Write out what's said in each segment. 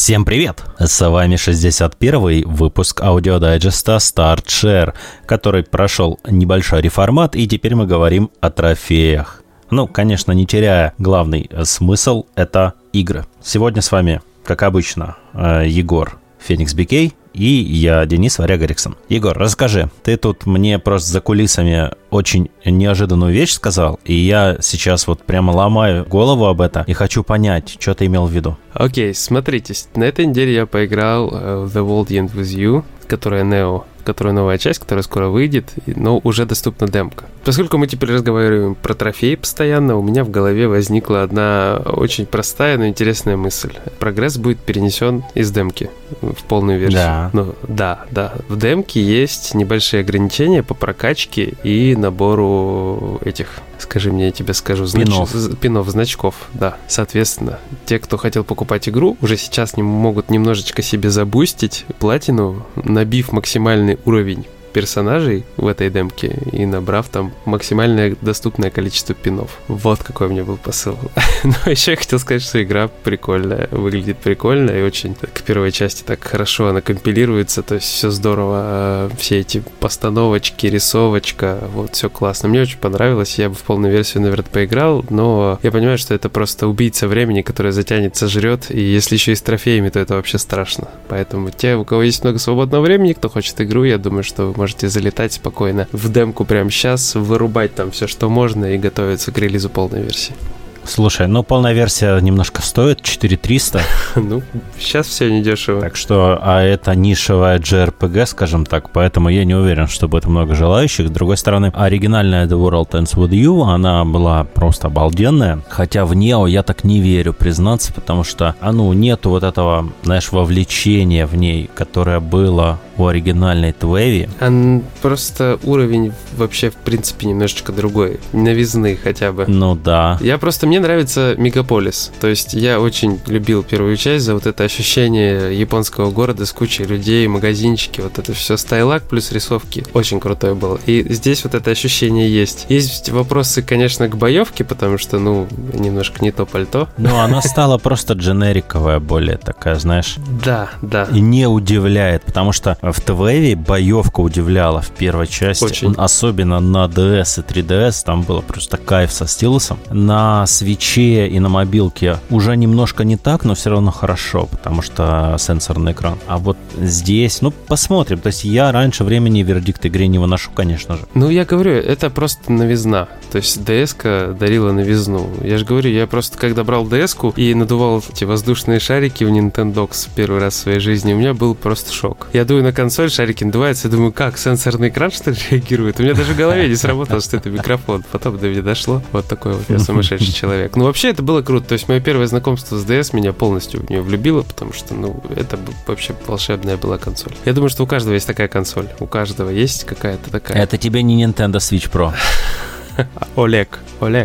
Всем привет! С вами 61-й выпуск аудиодайджеста Start Share, который прошел небольшой реформат, и теперь мы говорим о трофеях. Ну, конечно, не теряя главный смысл, это игры. Сегодня с вами, как обычно, Егор Феникс BK и я, Денис Варяг-Эриксон. Егор, расскажи, ты тут мне просто за кулисами очень неожиданную вещь сказал, и я сейчас вот прямо ломаю голову об этом и хочу понять, что ты имел в виду. Окей, смотрите, на этой неделе я поиграл в The World Ends With You, которая Neo, которая новая часть, которая скоро выйдет, но уже доступна демка. Поскольку мы теперь разговариваем про трофеи постоянно, у меня в голове возникла одна очень простая, но интересная мысль. Прогресс будет перенесен из демки в полную версию. Да. Ну, да. В демке есть небольшие ограничения по прокачке и набору этих, скажи мне, я тебе скажу, пинов, значков. Да, соответственно, те, кто хотел покупать игру, уже сейчас не могут немножечко себе забустить платину, набив максимальный уровень персонажей в этой демке и набрав там максимальное доступное количество пинов. Вот какой у меня был посыл. Но еще я хотел сказать, что игра прикольная, выглядит прикольно и очень к первой части так хорошо она компилируется, то есть все здорово, все эти постановочки, рисовочка, вот все классно. Мне очень понравилось, я бы в полную версию, наверное, поиграл, но я понимаю, что это просто убийца времени, которая затянет, сожрет, и если еще и с трофеями, то это вообще страшно. Поэтому те, у кого есть много свободного времени, кто хочет игру, я думаю, что вы можете залетать спокойно в демку прямо сейчас, вырубать там все, что можно, и готовиться к релизу полной версии. Слушай, ну полная версия немножко стоит, 4300. Ну, сейчас все недешево. Так что, а это нишевая JRPG, скажем так, поэтому я не уверен, что будет много желающих. С другой стороны, оригинальная The World Ends With You, она была просто обалденная, хотя в Neo я так не верю, признаться, потому что, нету вот этого, знаешь, вовлечения в ней, которое было у оригинальной Твеви. Просто уровень вообще, в принципе, немножечко другой. Новизны хотя бы. Ну да. Мне нравится Мегаполис. То есть я очень любил первую часть за вот это ощущение японского города с кучей людей, магазинчики, вот это все стайлак плюс рисовки. Очень крутое было. И здесь вот это ощущение есть. Есть вопросы, конечно, к боевке, потому что, немножко не то пальто. Она стала просто дженериковая, более такая, знаешь. Да. И не удивляет, потому что в ТВ боевка удивляла в первой части. Очень. Особенно на DS и 3DS, там было просто кайф со стилусом. На свитче и на мобилке уже немножко не так, но все равно хорошо, потому что сенсорный экран. А вот здесь, посмотрим. То есть я раньше времени вердикт игре не выношу, конечно же. Я говорю, это просто новизна. То есть DS-ка дарила новизну. Я же говорю, я просто когда брал DS-ку и надувал эти воздушные шарики в Nintendox первый раз в своей жизни, у меня был просто шок. Я дую на консоль, шарики надуваются, я думаю, как, сенсорный экран, что ли, реагирует? У меня даже в голове не сработало, что это микрофон. Потом до меня дошло. Вот такой вот я сумасшедший человек. Вообще это было круто. То есть мое первое знакомство с DS меня полностью в нее влюбило, потому что, это вообще волшебная была консоль. Я думаю, что у каждого есть такая консоль. У каждого есть какая-то такая. Это тебе не Nintendo Switch Pro. Олег.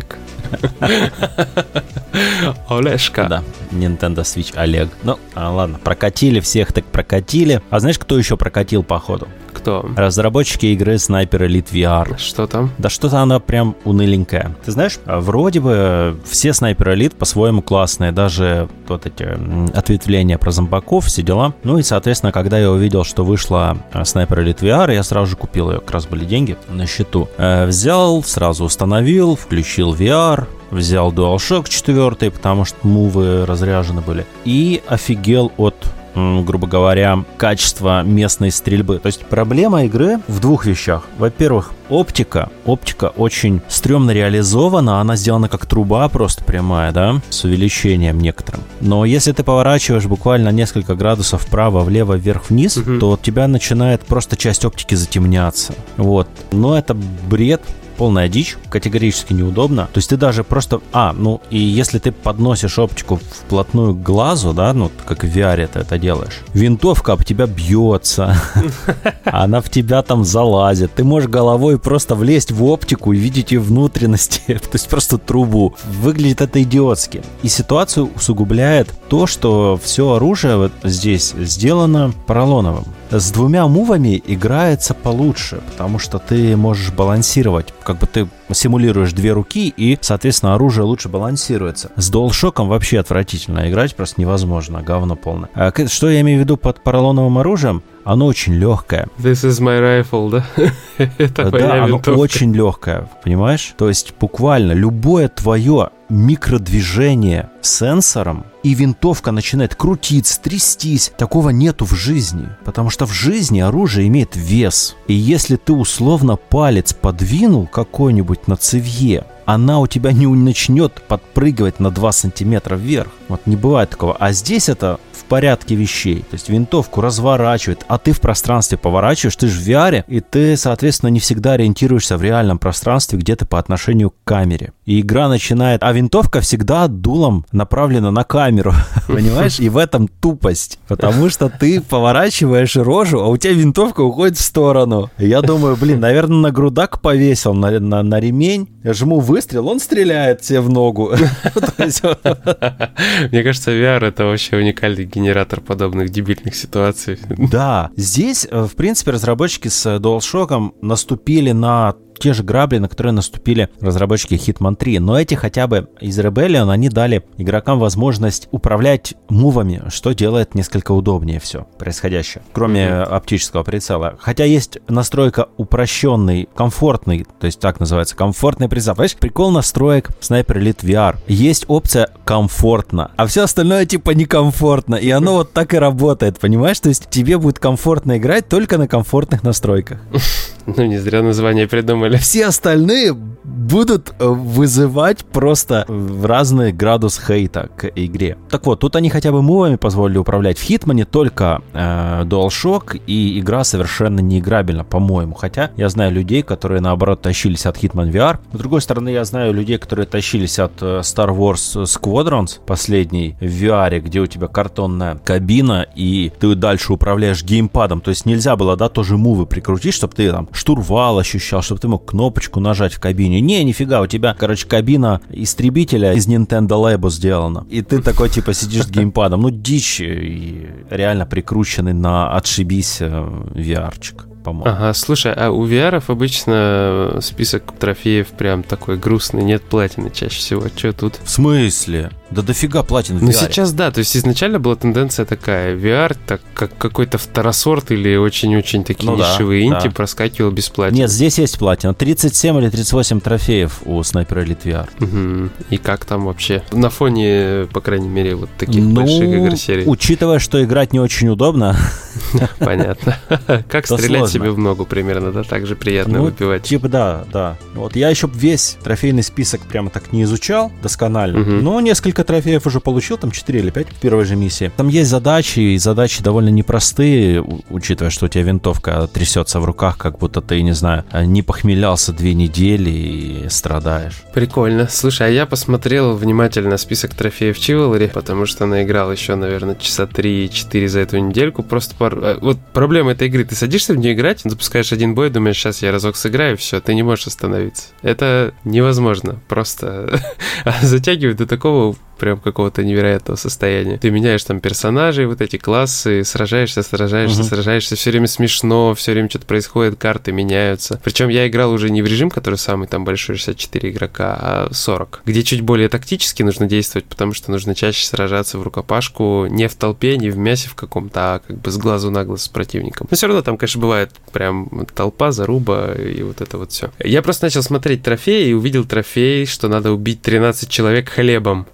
Олежка. Да, Nintendo Switch Олег. Ладно, прокатили всех, так прокатили. А знаешь, кто еще прокатил, походу? Кто? Разработчики игры Sniper Elite VR. Что там? Да что-то она прям уныленькая. Ты знаешь, вроде бы все Sniper Elite по-своему классные, даже вот эти ответвления про зомбаков, все дела. И, соответственно, когда я увидел, что вышла Sniper Elite VR, я сразу же купил ее, как раз были деньги на счету. Взял, сразу установил, включил VR, взял DualShock 4, потому что мувы разряжены были, и офигел от, грубо говоря, качества местной стрельбы. То есть проблема игры в двух вещах. Во-первых, оптика. Оптика очень стрёмно реализована, она сделана как труба просто прямая, да, с увеличением некоторым. Но если ты поворачиваешь буквально несколько градусов вправо, влево, вверх, вниз, то у тебя начинает просто часть оптики затемняться. Вот. Но это бред. Полная дичь, категорически неудобно. То есть ты даже просто... и если ты подносишь оптику вплотную к глазу, да, как в VR ты это делаешь, винтовка об тебя бьется, она в тебя там залазит. Ты можешь головой просто влезть в оптику и видеть ее внутренности, то есть просто трубу. Выглядит это идиотски. И ситуацию усугубляет то, что все оружие вот здесь сделано поролоновым. с 2 мувами играется получше, потому что ты можешь балансировать, как бы ты симулируешь 2 руки, и, соответственно, оружие лучше балансируется. С DualShock'ом вообще отвратительно играть, просто невозможно, говно полное. Что я имею в виду под поролоновым оружием? Оно очень легкое. This is my rifle, да? Это да, оно очень легкое, понимаешь? То есть буквально любое твое микродвижение сенсором, и винтовка начинает крутиться, трястись. Такого нету в жизни, потому что в жизни оружие имеет вес. И если ты условно палец подвинул какой-нибудь на цевье, она у тебя не начнет подпрыгивать на 2 сантиметра вверх. Вот не бывает такого. А здесь это в порядке вещей. То есть винтовку разворачивает, а ты в пространстве поворачиваешь, ты же в VR, и ты, соответственно, не всегда ориентируешься в реальном пространстве где-то по отношению к камере. И игра начинает... А винтовка всегда дулом направлена на камеру, понимаешь? И в этом тупость. Потому что ты поворачиваешь рожу, а у тебя винтовка уходит в сторону. Я думаю, наверное, на грудак повесил, на ремень. Я жму выстрел, он стреляет тебе в ногу. Мне кажется, VR — это вообще уникальный генератор подобных дебильных ситуаций. Да, здесь, в принципе, разработчики с DualShock'ом наступили на те же грабли, на которые наступили разработчики Hitman 3. Но эти хотя бы из Rebellion, они дали игрокам возможность управлять мувами, что делает несколько удобнее все происходящее, кроме оптического прицела. Хотя есть настройка упрощенный, комфортный, то есть так называется, комфортный прицел. Понимаешь, прикол настроек Sniper Elite VR. Есть опция комфортно, а все остальное типа некомфортно, и оно вот так и работает, понимаешь? То есть тебе будет комфортно играть только на комфортных настройках. Ну, не зря название придумали. Все остальные будут вызывать просто разный градус хейта к игре. Так вот, тут они хотя бы мувами позволили управлять. В Хитмане только DualShock, и игра совершенно неиграбельна, по-моему. Хотя я знаю людей, которые, наоборот, тащились от Hitman VR. С другой стороны, я знаю людей, которые тащились от Star Wars Squadrons, последний, в VR, где у тебя картонная кабина, и ты дальше управляешь геймпадом. То есть нельзя было, да, тоже мувы прикрутить, чтобы ты там штурвал ощущал, чтобы ты мог кнопочку нажать в кабине. Не, нифига, у тебя, короче, кабина истребителя из Nintendo Labo сделана. И ты такой, типа, сидишь с геймпадом. Ну, дичь, и реально прикрученный на отшибись VR-чик. По-моему. Ага, слушай, а у VR-ов обычно список трофеев прям такой грустный, нет платины чаще всего. Что тут? В смысле? Да дофига платин в VR. Ну сейчас да, то есть изначально была тенденция такая, VR так как какой-то второсорт или очень-очень такие нишевые инди проскакивал без платины. Нет, здесь есть платина. 37 или 38 трофеев у Sniper Elite VR. Угу. И как там вообще? На фоне, по крайней мере, вот таких больших игр серии. Учитывая, что играть не очень удобно. Понятно. Как стрелять себе в ногу примерно, да? Так же приятно выпивать. Типа да. Вот я еще весь трофейный список прямо так не изучал досконально, но несколько трофеев уже получил, там 4 или 5 в первой же миссии. Там есть задачи, и задачи довольно непростые, учитывая, что у тебя винтовка трясется в руках, как будто ты, не знаю, не похмелялся 2 недели и страдаешь. Прикольно. Слушай, а я посмотрел внимательно список трофеев Chivalry, потому что наиграл еще, наверное, часа 3-4 за эту недельку. Просто вот проблема этой игры. Ты садишься в нее играть, запускаешь один бой, думаешь, сейчас я разок сыграю, все, ты не можешь остановиться. Это невозможно. Просто затягивает до такого прям какого-то невероятного состояния. Ты меняешь там персонажей, вот эти классы, сражаешься, все время смешно, все время что-то происходит, карты меняются. Причем я играл уже не в режим, который самый там большой, 64 игрока, а 40, где чуть более тактически нужно действовать, потому что нужно чаще сражаться в рукопашку не в толпе, не в мясе в каком-то, а как бы с глазу на глаз с противником. Но все равно там, конечно, бывает прям толпа, заруба и вот это вот все. Я просто начал смотреть трофеи и увидел трофей, что надо убить 13 человек хлебом.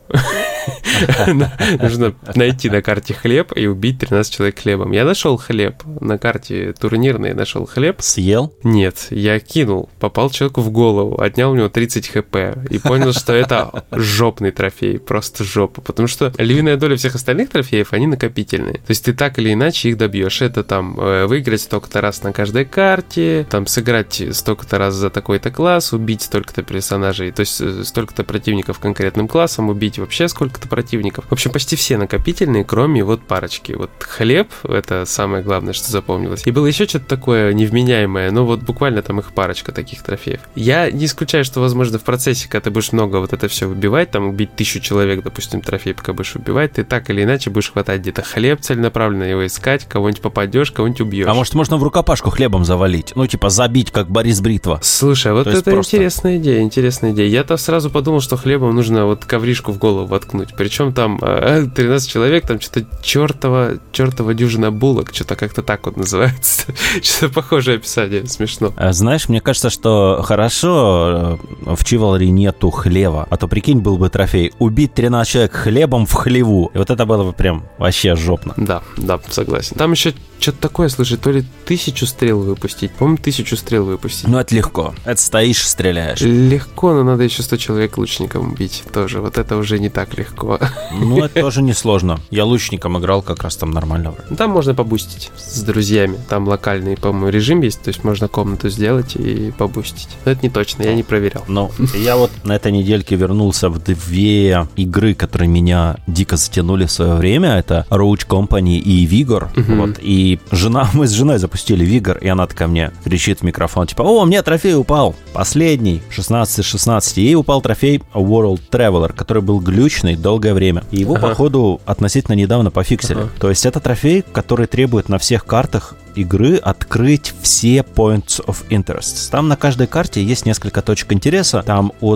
Нужно найти на карте хлеб и убить 13 человек хлебом. Я нашел хлеб на карте турнирной, нашел хлеб. Съел? Нет, я кинул, попал человеку в голову, отнял у него 30 хп и понял, что это жопный трофей, просто жопа, потому что львиная доля всех остальных трофеев, они накопительные. То есть ты так или иначе их добьешь. Это там выиграть столько-то раз на каждой карте, там сыграть столько-то раз за такой-то класс, убить столько-то персонажей, то есть столько-то противников конкретным классом, убить вообще сколько-то противников, противников. В общем, почти все накопительные, кроме вот парочки. Вот хлеб, это самое главное, что запомнилось. И было еще что-то такое невменяемое, но вот буквально там их парочка таких трофеев. Я не исключаю, что, возможно, в процессе, когда ты будешь много вот это все выбивать, там убить 1000 человек, допустим, трофей, пока будешь выбивать, ты так или иначе будешь хватать где-то хлеб целенаправленно, его искать, кого-нибудь попадешь, кого-нибудь убьешь. А может, можно в рукопашку хлебом завалить? Ну, типа забить, как Борис Бритва. Слушай, вот это просто... интересная идея. Я-то сразу подумал, что хлебом нужно вот ковришку в голову воткнуть. Причем там 13 человек, там что-то чертова дюжина булок, что-то как-то так вот называется. Что-то похожее описание, смешно. Знаешь, мне кажется, что хорошо в Chivalry нету хлева. А то, прикинь, был бы трофей убить 13 человек хлебом в хлеву. И вот это было бы прям вообще жопно. Да, согласен. Там еще что-то такое, слушай, то ли 1000 стрел выпустить. По-моему, 1000 стрел выпустить. Ну, это легко. Это стоишь, стреляешь. Легко, но надо еще 100 человек лучником убить тоже. Вот это уже не так легко. Ну, это тоже несложно. Я лучником играл как раз там нормально. Там можно побустить с друзьями. Там локальный, по-моему, режим есть. То есть можно комнату сделать и побустить. Но это не точно, я не проверял. Ну, я вот на этой недельке вернулся в 2 игры, которые меня дико затянули в свое время. Это Roach Company и Vigor. Вот. И мы с женой запустили Vigor, и она такая мне кричит в микрофон, типа, о, мне трофей упал. Последний, 16/16. Ей упал трофей World Traveler, который был глючный долгое время. И его, походу, относительно недавно пофиксили. То есть это трофей, который требует на всех картах игры открыть все points of interest. Там на каждой карте есть несколько точек интереса, там от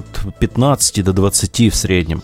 15 до 20 в среднем.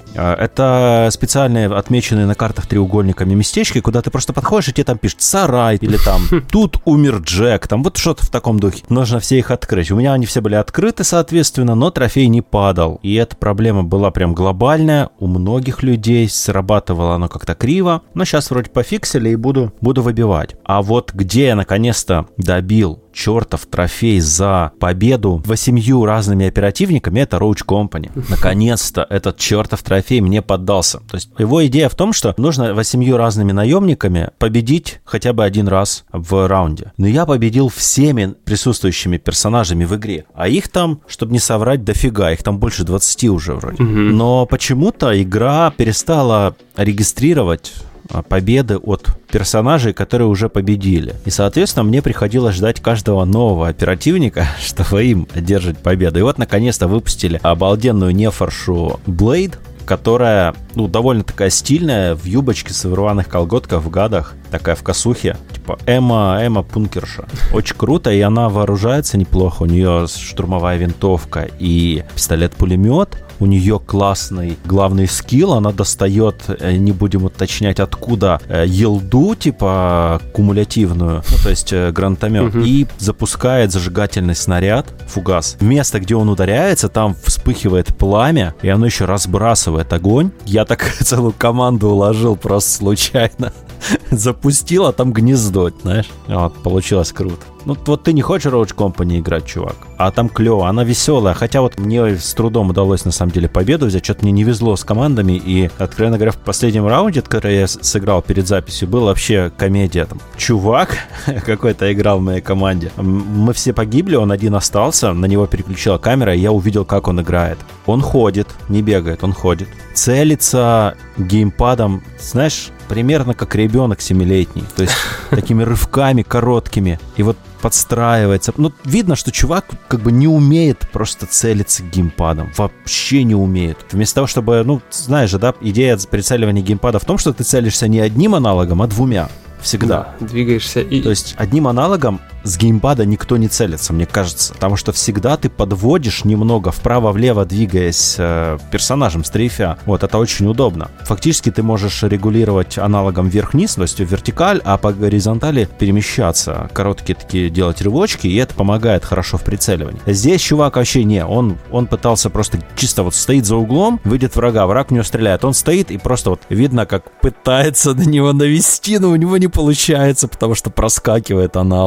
Это специальные отмеченные на картах треугольниками местечки, куда ты просто подходишь, и тебе там пишет «Сарай», или там «Тут умер Джек», там вот что-то в таком духе. Нужно все их открыть. У меня они все были открыты, соответственно, но трофей не падал. И эта проблема была прям глобальная. У многих людей срабатывало оно как-то криво, но сейчас вроде пофиксили и буду выбивать. А вот где я наконец-то добил чертов трофей за победу 8 разными оперативниками, это Roach Company. Наконец-то этот чертов трофей мне поддался. То есть его идея в том, что нужно 8 разными наемниками победить хотя бы 1 раз в раунде. Но я победил всеми присутствующими персонажами в игре. А их там, чтобы не соврать, дофига. Их там больше 20 уже вроде. Но почему-то игра перестала регистрировать победы от персонажей, которые уже победили. И, соответственно, мне приходилось ждать каждого нового оперативника, чтобы им одержать победу. И вот, наконец-то, выпустили обалденную нефоршу Blade, которая, довольно такая стильная, в юбочке с рваных колготках, в гадах, такая в косухе, типа Эмма пункерша. Очень круто, и она вооружается неплохо. У нее штурмовая винтовка и пистолет-пулемет. У нее классный главный скилл, она достает, не будем уточнять откуда, елду, типа кумулятивную, то есть гранатомет, и запускает зажигательный снаряд, фугас. Место, где он ударяется, там вспыхивает пламя, и оно еще разбрасывает огонь. Я так целую команду уложил просто случайно. Запустил, а там гнездо, знаешь. Вот, получилось круто. Вот ты не хочешь Roach Company играть, чувак, а там клево, она веселая, хотя вот мне с трудом удалось на самом деле победу взять, что-то мне не везло с командами, и, откровенно говоря, в последнем раунде, который я сыграл перед записью, был вообще комедия. Там чувак какой-то играл в моей команде, мы все погибли, он один остался, на него переключила камера, и я увидел, как он играет. Он ходит, не бегает, он ходит, целится геймпадом, знаешь, примерно как ребенок 7-летний, то есть такими рывками короткими, и вот подстраивается. Видно, что чувак как бы не умеет просто целиться геймпадом. Вообще не умеет. Вместо того, чтобы, знаешь же, да, идея прицеливания геймпада в том, что ты целишься не одним аналогом, а 2. Всегда. Да, двигаешься и... То есть одним аналогом с геймпада никто не целится, мне кажется. Потому что всегда ты подводишь немного вправо-влево, двигаясь персонажем, стрейфя. Вот, это очень удобно. Фактически ты можешь регулировать аналогом вверх-вниз, то есть в вертикаль, а по горизонтали перемещаться. Короткие такие делать рывочки, и это помогает хорошо в прицеливании. Здесь чувак вообще не. Он пытался просто чисто вот стоит за углом, выйдет врага, враг в него стреляет. Он стоит и просто вот видно, как пытается на него навести, но у него не получается, потому что проскакивает аналог. Смешно.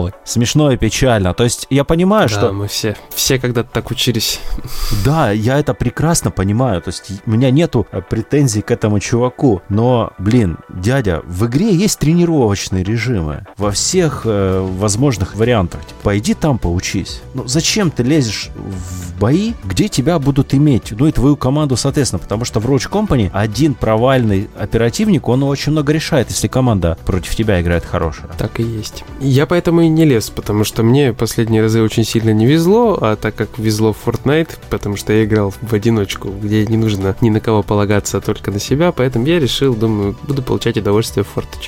смешно и печально. То есть я понимаю, да, что... мы все когда-то так учились. Да, я это прекрасно понимаю. То есть у меня нету претензий к этому чуваку. Но, блин, дядя, в игре есть тренировочные режимы. Во всех возможных вариантах. Пойди там поучись. Ну, зачем ты лезешь в бои, где тебя будут иметь? Ну, и твою команду, соответственно. Потому что в Roach Company один провальный оперативник, он очень много решает, если команда против тебя играет хорошая. Так и есть. Я поэтому и не лез, потому что мне последние разы очень сильно не везло, а так как везло в Fortnite, потому что я играл в одиночку, где не нужно ни на кого полагаться, а только на себя, поэтому я решил, думаю, буду получать удовольствие в форточке.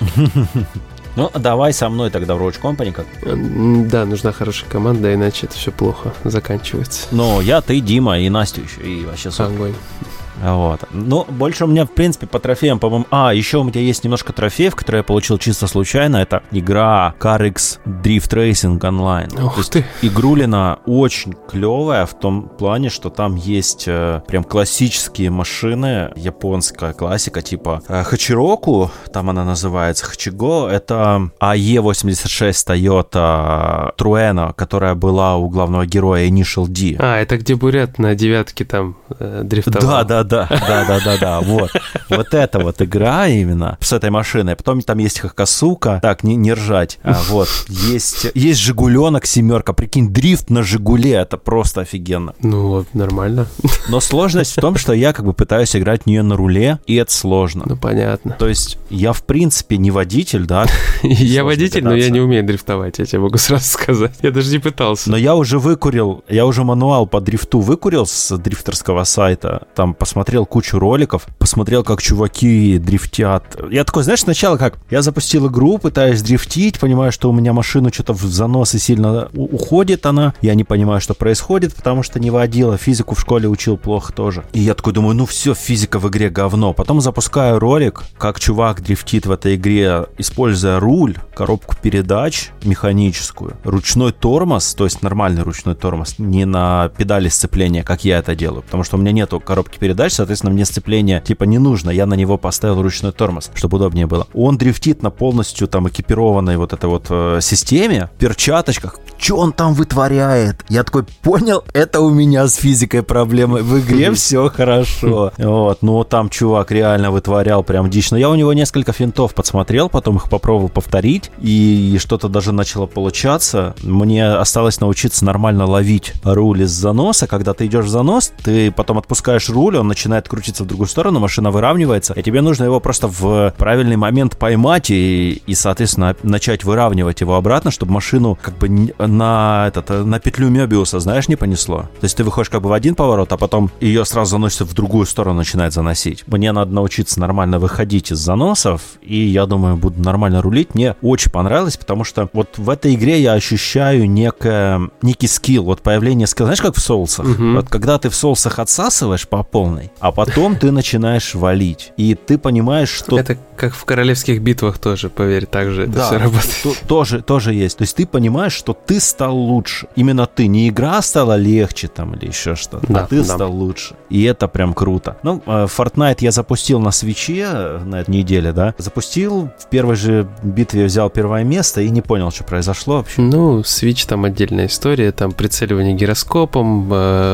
Ну, давай со мной тогда в Roach Company как. Да, нужна хорошая команда, иначе это все плохо заканчивается. Ну, я, ты, Дима и Настя еще, и вообще супер. Огонь. Вот. Ну, больше у меня, в принципе, по трофеям, по-моему... еще у меня есть немножко трофеев, которые я получил чисто случайно. Это игра CarX Drift Racing Online. Ух ты! Игрулина очень клевая в том плане, что там есть прям классические машины, японская классика, типа Хачироку, там она называется, Хачиго. Это AE86 Toyota Trueno, которая была у главного героя Initial D. Это где бурят на девятке там дрифтовал. Да, вот эта вот игра именно с этой машиной. Потом там есть Хакасука, так, не ржать. Вот, есть Жигуленок 7, прикинь, дрифт на Жигуле, это просто офигенно. Ну вот, нормально. Но сложность в том, что я как бы пытаюсь играть в нее на руле, и это сложно. Ну понятно. То есть я в принципе не водитель, да? Я водитель, но я не умею дрифтовать, я тебе могу сразу сказать. Я даже не пытался. Но я уже мануал по дрифту выкурил с дрифтерского сайта, там посмотрел кучу роликов, посмотрел, как чуваки дрифтят. Я такой, знаешь, сначала как? Я запустил игру, пытаюсь дрифтить, понимаю, что у меня машину что-то в заносы сильно уходит она. Я не понимаю, что происходит, потому что не водила. Физику в школе учил плохо тоже. И я такой думаю, ну все, физика в игре говно. Потом запускаю ролик, как чувак дрифтит в этой игре, используя руль, коробку передач механическую, ручной тормоз, то есть нормальный ручной тормоз, не на педали сцепления, как я это делаю, потому что у меня нету коробки передач, соответственно, мне сцепление типа не нужно, я на него поставил ручной тормоз, чтобы удобнее было. Он дрифтит на полностью там экипированной вот этой вот системе, перчаточках. Что он там вытворяет? Я такой, понял, это у меня с физикой проблемы. В игре все хорошо. Вот, но там чувак реально вытворял прям дичь. Но я у него несколько финтов подсмотрел, потом их попробовал повторить, и что-то даже начало получаться. Мне осталось научиться нормально ловить руль из заноса. Когда ты идешь в занос, ты потом отпускаешь руль, он начинает крутиться в другую сторону, машина выравнивается, и тебе нужно его просто в правильный момент поймать и соответственно, начать выравнивать его обратно, чтобы машину как бы на петлю Мёбиуса, знаешь, не понесло. То есть ты выходишь как бы в один поворот, а потом ее сразу заносится в другую сторону, начинает заносить. Мне надо научиться нормально выходить из заносов, и я думаю, буду нормально рулить. Мне очень понравилось, потому что вот в этой игре я ощущаю некий скилл, вот появление скилла. Знаешь, как в соусах? Вот когда ты в соусах отсасываешь по полной, а потом ты начинаешь валить, и ты понимаешь, что... Это как в королевских битвах тоже, поверь, так же это все работает. Тоже есть. То есть ты понимаешь, что ты стал лучше. Именно ты. Не игра стала легче там или еще что-то, а ты стал лучше. И это прям круто. Ну, Fortnite я запустил на свитче на этой неделе, да. Запустил, в первой же битве взял первое место и не понял, что произошло вообще. Ну, Switch там отдельная история, там прицеливание гироскопом,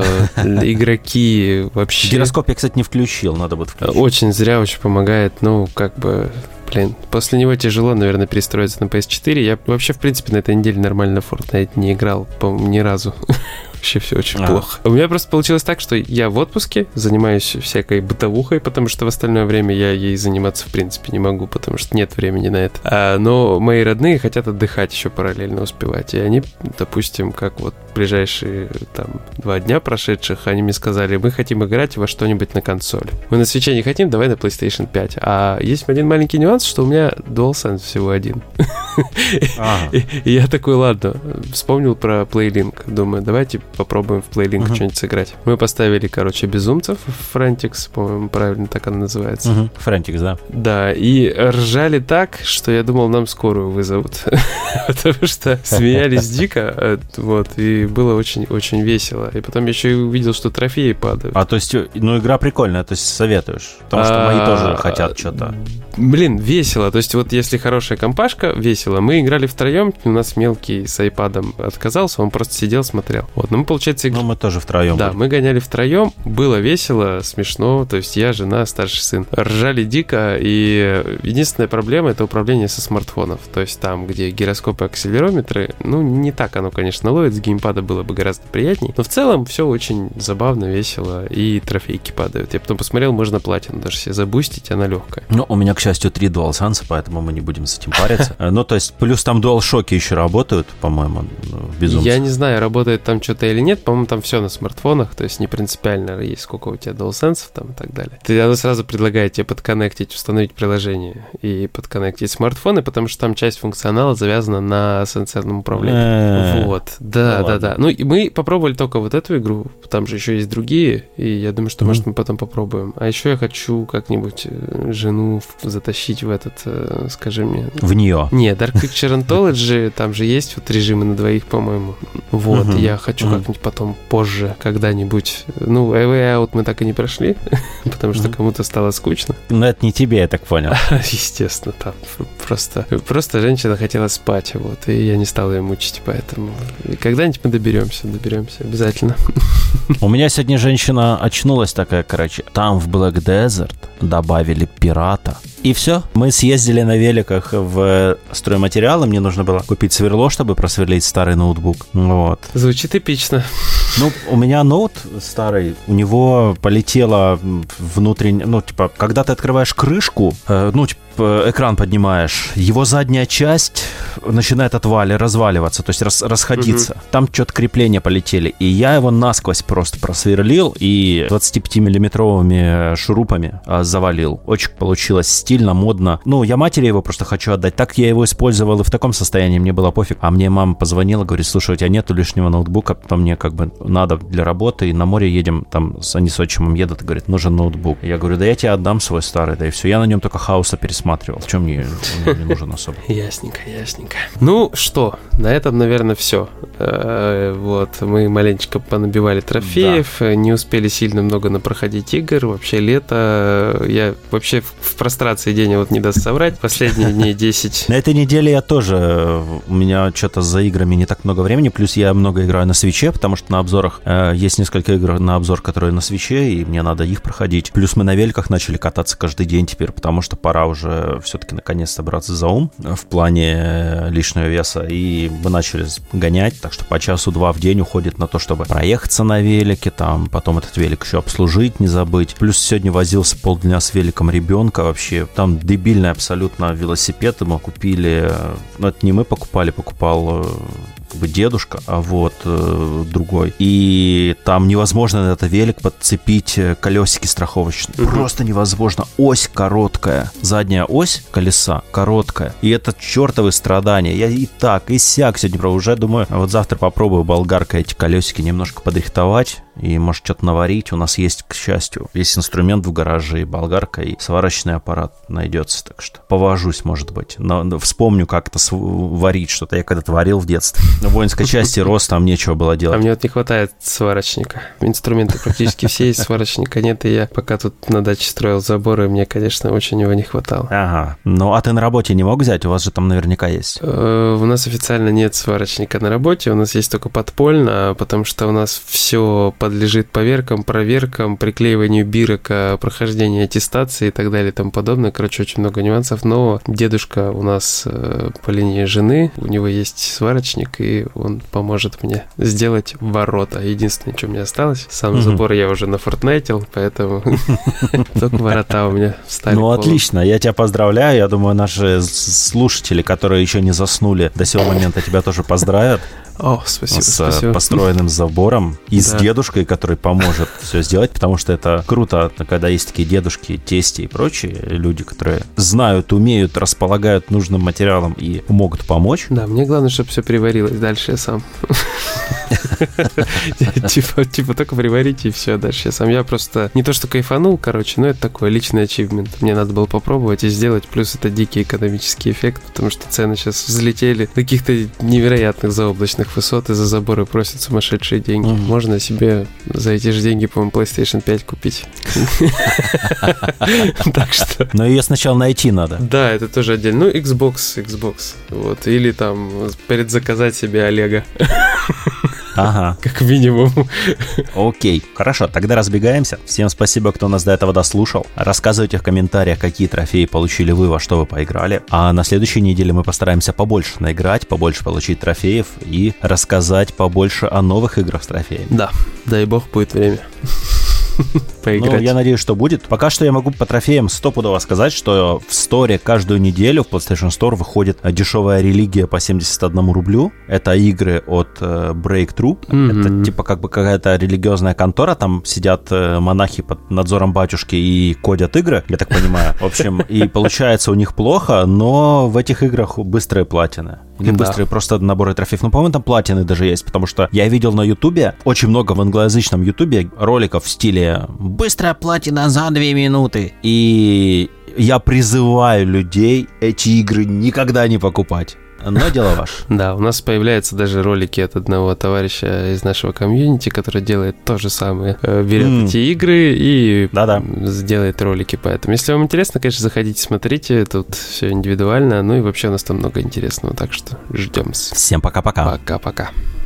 игроки вообще... Гироскоп я, кстати, не включил, надо будет включить. Очень зря, очень помогает, ну, как бы... Блин, после него тяжело, наверное, перестроиться на PS4. Я вообще, в принципе, на этой неделе нормально в Fortnite не играл, по-моему, ни разу. Вообще все очень плохо. У меня просто получилось так, что я в отпуске, занимаюсь всякой бытовухой, потому что в остальное время я ей заниматься, в принципе, не могу, потому что нет времени на это. Но мои родные хотят отдыхать еще параллельно успевать. И они, допустим, как вот ближайшие там 2 дня прошедших, они мне сказали, мы хотим играть во что-нибудь на консоли. Мы на Switch не хотим, давай на PlayStation 5. А есть один маленький нюанс, что у меня DualSense всего один. И я такой, ладно, вспомнил про PlayLink. Думаю, давайте попробуем в PlayLink что-нибудь сыграть. Мы поставили, короче, Безумцев в Frantix, по-моему, правильно так она называется. Frantix, да. Да, и ржали так, что я думал, нам скорую вызовут. Потому что смеялись дико, вот, и было очень-очень весело. И потом еще и увидел, что трофеи падают. То есть, игра прикольная, то есть советуешь? Потому что мои тоже хотят что-то. Блин, весело. То есть вот если хорошая компашка, весело. Мы играли втроем, у нас мелкий с айпадом отказался, он просто сидел, смотрел. Вот, но мы, получается... мы тоже втроем. Да, мы гоняли втроем, было весело, смешно, то есть я, жена, старший сын. Ржали дико, и единственная проблема — это управление со смартфонов. То есть там, где гироскопы, акселерометры, не так оно, конечно, ловит, с геймпада было бы гораздо приятнее. Но в целом все очень забавно, весело, и трофейки падают. Я потом посмотрел, можно платину даже себе забустить, она легкая. У меня, к счастью, 3 DualSense, поэтому мы не будем с этим париться. То есть, плюс там DualShock еще работают, по-моему, в Безумце. Я не знаю, работает там что-то или нет, по-моему, там все на смартфонах, то есть не принципиально есть, сколько у тебя DualSense там и так далее. Оно сразу предлагает тебе подконнектить, установить приложение и подконнектить смартфоны, потому что там часть функционала завязана на сенсорном управлении. Вот, да. И мы попробовали только вот эту игру, там же еще есть другие, и я думаю, что, может, мы потом попробуем. А еще я хочу как-нибудь жену затащить в этот, скажи мне... В нее? Не, Dark Picture Anthology, там же есть вот режимы на двоих, по-моему. Вот, я хочу как-нибудь потом позже, когда-нибудь... A Way Out мы так и не прошли, потому что кому-то стало скучно. Это не тебе, я так понял. Естественно, там просто женщина хотела спать, вот, и я не стал ее мучить, поэтому... И когда-нибудь мы доберемся обязательно. У меня сегодня женщина очнулась такая, короче, там в Black Desert добавили пирата. И все. Мы съездили на великах в стройматериалы. Мне нужно было купить сверло, чтобы просверлить старый ноутбук. Вот. Звучит эпично. У меня ноут старый, у него полетело внутренне... когда ты открываешь крышку, экран поднимаешь, его задняя часть начинает разваливаться, то есть расходиться. Там что-то крепления полетели, и я его насквозь просто просверлил и 25-миллиметровыми шурупами завалил. Очень получилось стильно, модно. Я матери его просто хочу отдать. Так я его использовал и в таком состоянии, мне было пофиг. А мне мама позвонила, говорит, слушай, у тебя нету лишнего ноутбука, то мне надо для работы, и на море едем, там они с отчимом едут, и говорит, нужен ноутбук. Я говорю, да я тебе отдам свой старый, да и все. Я на нем только Хауса пересматривал. В чем мне не нужен особо. Ясненько. Ну что, на этом, наверное, все. Вот, мы маленечко понабивали трофеев, не успели сильно много напроходить игр. Вообще лето, я вообще в прострации день не даст соврать. Последние дней 10. На этой неделе я тоже, у меня что-то за играми не так много времени, плюс я много играю на Свитче, потому что на обзорах есть несколько игр на обзор, которые на Свитче, и мне надо их проходить. Плюс мы на великах начали кататься каждый день теперь, потому что пора уже все-таки наконец-то браться за ум в плане лишнего веса, и мы начали гонять, так что по часу-два в день уходит на то, чтобы проехаться на велике, там, потом этот велик еще обслужить, не забыть. Плюс сегодня возился полдня с великом ребенка, вообще, там дебильный абсолютно велосипед мы купили, это не мы покупал дедушка, а вот другой. И там невозможно на этот велик подцепить колесики страховочные. Просто невозможно. Ось короткая. Задняя ось колеса короткая. И это чертовы страдания. Я и так, и сяк сегодня уже думаю, вот завтра попробую болгаркой эти колесики немножко подрихтовать и, может, что-то наварить. У нас есть, к счастью, весь инструмент в гараже, и болгарка, и сварочный аппарат найдется. Так что повожусь, может быть. Но вспомню, как это варить что-то. Я когда-то варил в детстве. В воинской части рос, там нечего было делать. А мне не хватает сварочника. Инструменты практически все есть, сварочника нет. И я пока тут на даче строил заборы, мне, конечно, очень его не хватало. Ага. Ну, а ты на работе не мог взять? У вас же там наверняка есть. У нас официально нет сварочника на работе. У нас есть только подпольно, потому что у нас все подлежит проверкам, приклеиванию бирок, прохождению аттестации и так далее и тому подобное. Короче, очень много нюансов. Но дедушка у нас по линии жены, у него есть сварочник, и он поможет мне сделать ворота. Единственное, что мне осталось. Сам забор я уже нафортнайтил, поэтому только ворота у меня встали. Ну, отлично, я тебя поздравляю. Я думаю, наши слушатели, которые еще не заснули до сего момента, тебя тоже поздравят. О, спасибо, с построенным забором и с дедушкой, который поможет все сделать, потому что это круто, когда есть такие дедушки, тести и прочие люди, которые знают, умеют, располагают нужным материалом и могут помочь. Да, мне главное, чтобы все переварилось, дальше я сам. Типа только приварите, и все, дальше я сам. Я просто не то что кайфанул, короче, но это такой личный ачивмент. Мне надо было попробовать и сделать, плюс это дикий экономический эффект, потому что цены сейчас взлетели до каких-то невероятных заоблачных высот, и за заборы просят сумасшедшие деньги. Можно себе за эти же деньги, по-моему, PlayStation 5 купить. Так что... Но ее сначала найти надо. Да, это тоже отдельно. Ну, Xbox. Вот. Или там предзаказать себе Олега. Ага. Как минимум. Окей. Хорошо, тогда разбегаемся. Всем спасибо, кто нас до этого дослушал. Рассказывайте в комментариях, какие трофеи получили вы, во что вы поиграли. А на следующей неделе мы постараемся побольше наиграть, побольше получить трофеев и рассказать побольше о новых играх с трофеями. Да, дай бог, будет время. Поиграть. Ну, я надеюсь, что будет. Пока что я могу по трофеям стопудово сказать, что в сторе каждую неделю в PlayStation Store выходит дешевая религия по 71 рублю. Это игры от Breakthrough. Это типа как бы какая-то религиозная контора. Там сидят монахи под надзором батюшки и кодят игры, я так понимаю. В общем, и получается у них плохо, но в этих играх быстрые платины. Или быстрые просто наборы трофеев. Ну, по-моему, там платины даже есть, потому что я видел на Ютубе, очень много в англоязычном Ютубе роликов в стиле «Быстрая платина за 2 минуты». И я призываю людей эти игры никогда не покупать. Но дело ваше. Да, у нас появляются даже ролики от одного товарища из нашего комьюнити, который делает то же самое. Берет эти игры и сделает ролики. Поэтому, если вам интересно, конечно, заходите, смотрите. Тут все индивидуально. Ну и вообще у нас там много интересного. Так что ждем. Всем пока-пока. Пока-пока.